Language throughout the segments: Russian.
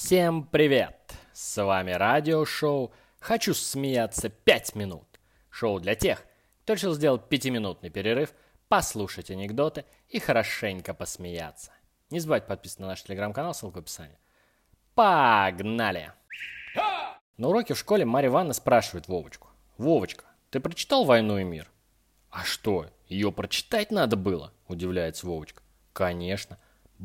Всем привет! С вами радиошоу «Хочу смеяться 5 минут». Шоу для тех, кто решил сделать 5-минутный перерыв, послушать анекдоты и хорошенько посмеяться. Не забывайте подписываться на наш телеграм-канал, ссылка в описании. Погнали! На уроке в школе Марья Ивановна спрашивает Вовочку. «Вовочка, ты прочитал «Войну и мир»?» «А что, ее прочитать надо было?» – удивляется Вовочка. «Конечно».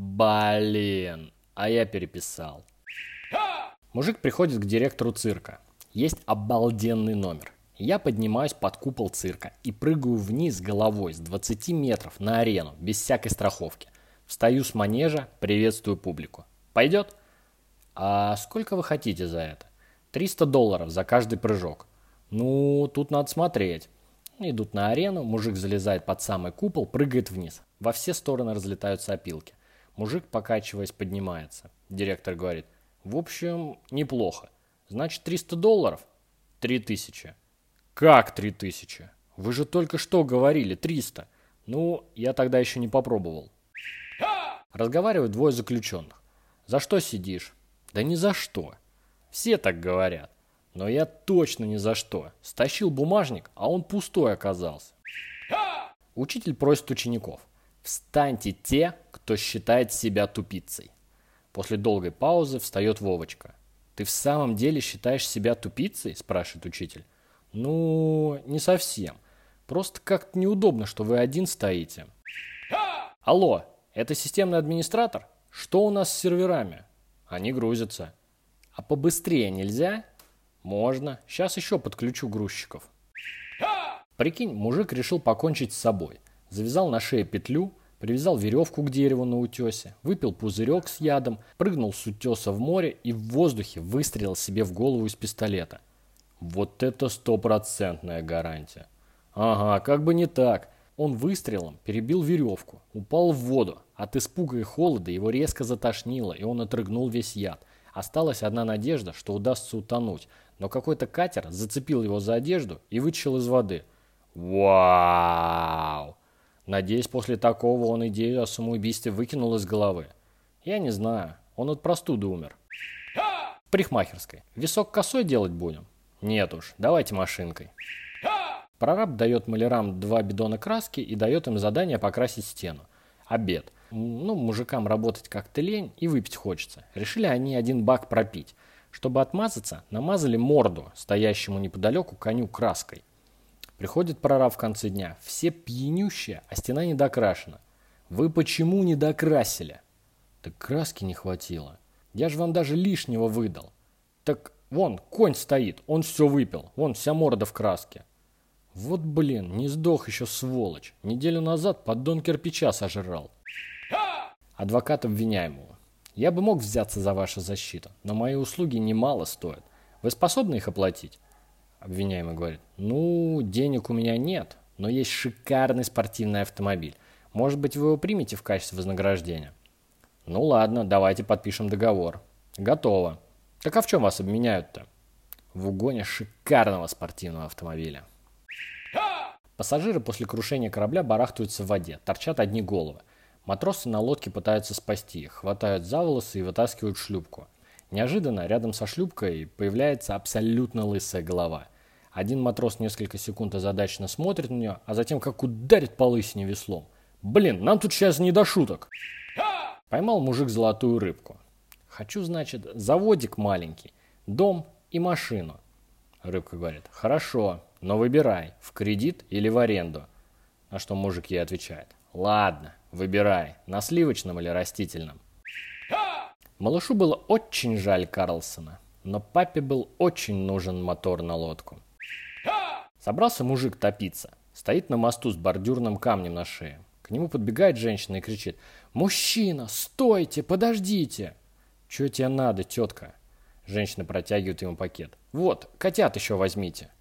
«Блин, а я переписал». Мужик приходит к директору цирка. Есть обалденный номер. Я поднимаюсь под купол цирка и прыгаю вниз головой с 20 метров на арену, без всякой страховки. Встаю с манежа, приветствую публику. Пойдет? А сколько вы хотите за это? $300 за каждый прыжок. Ну, тут надо смотреть. Идут на арену, мужик залезает под самый купол, прыгает вниз. Во все стороны разлетаются опилки. Мужик, покачиваясь, поднимается. Директор говорит: в общем, неплохо. Значит, $300? 3000. Как 3000? Вы же только что говорили 300. Ну, я тогда еще не попробовал. Разговаривают двое заключенных. За что сидишь? Да ни за что. Все так говорят. Но я точно ни за что. Стащил бумажник, а он пустой оказался. Учитель просит учеников: встаньте те, кто считает себя тупицей. После долгой паузы встает Вовочка. «Ты в самом деле считаешь себя тупицей?» – спрашивает учитель. «Ну, не совсем. Просто как-то неудобно, что вы один стоите». «Алло, это системный администратор? Что у нас с серверами?» «Они грузятся». «А побыстрее нельзя?» «Можно. Сейчас еще подключу грузчиков». Прикинь, мужик решил покончить с собой. Завязал на шее петлю, привязал веревку к дереву на утесе, выпил пузырек с ядом, прыгнул с утеса в море и в воздухе выстрелил себе в голову из пистолета. Вот это 100% гарантия. Ага, как бы не так. Он выстрелом перебил веревку, упал в воду. От испуга и холода его резко затошнило, и он отрыгнул весь яд. Осталась одна надежда, что удастся утонуть, но какой-то катер зацепил его за одежду и вытащил из воды. Вау! Надеюсь, после такого он идею о самоубийстве выкинул из головы. Я не знаю, он от простуды умер. В парикмахерской. Висок косой делать будем? Нет уж, давайте машинкой. Прораб дает малярам 2 бидона краски и дает им задание покрасить стену. Обед. Мужикам работать как-то лень и выпить хочется. Решили они 1 бак пропить. Чтобы отмазаться, намазали морду стоящему неподалеку коню краской. Приходит прораб в конце дня. Все пьянющие, а стена не докрашена. Вы почему не докрасили? Так краски не хватило. Я же вам даже лишнего выдал. Так вон, конь стоит, он все выпил. Вон, вся морда в краске. Вот блин, не сдох еще сволочь. Неделю назад поддон кирпича сожрал. Адвокат обвиняемого. Я бы мог взяться за вашу защиту, но мои услуги немало стоят. Вы способны их оплатить? Обвиняемый говорит: денег у меня нет, но есть шикарный спортивный автомобиль. Может быть, вы его примете в качестве вознаграждения? Ну ладно, давайте подпишем договор. Готово. Так а в чем вас обменяют-то? В угоне шикарного спортивного автомобиля. Пассажиры после крушения корабля барахтаются в воде, торчат одни головы. Матросы на лодке пытаются спасти их, хватают за волосы и вытаскивают шлюпку. Неожиданно рядом со шлюпкой появляется абсолютно лысая голова. Один матрос несколько секунд озадаченно смотрит на нее, а затем как ударит по лысине веслом. Блин, нам тут сейчас не до шуток. Поймал мужик золотую рыбку. Хочу, значит, заводик маленький, дом и машину. Рыбка говорит: хорошо, но выбирай, в кредит или в аренду. На что мужик ей отвечает: ладно, выбирай, на сливочном или растительном. Малышу было очень жаль Карлсона, но папе был очень нужен мотор на лодку. Собрался мужик топиться. Стоит на мосту с бордюрным камнем на шее. К нему подбегает женщина и кричит: «Мужчина, стойте, подождите!» «Чё тебе надо, тетка?» Женщина протягивает ему пакет. «Вот, котят еще возьмите».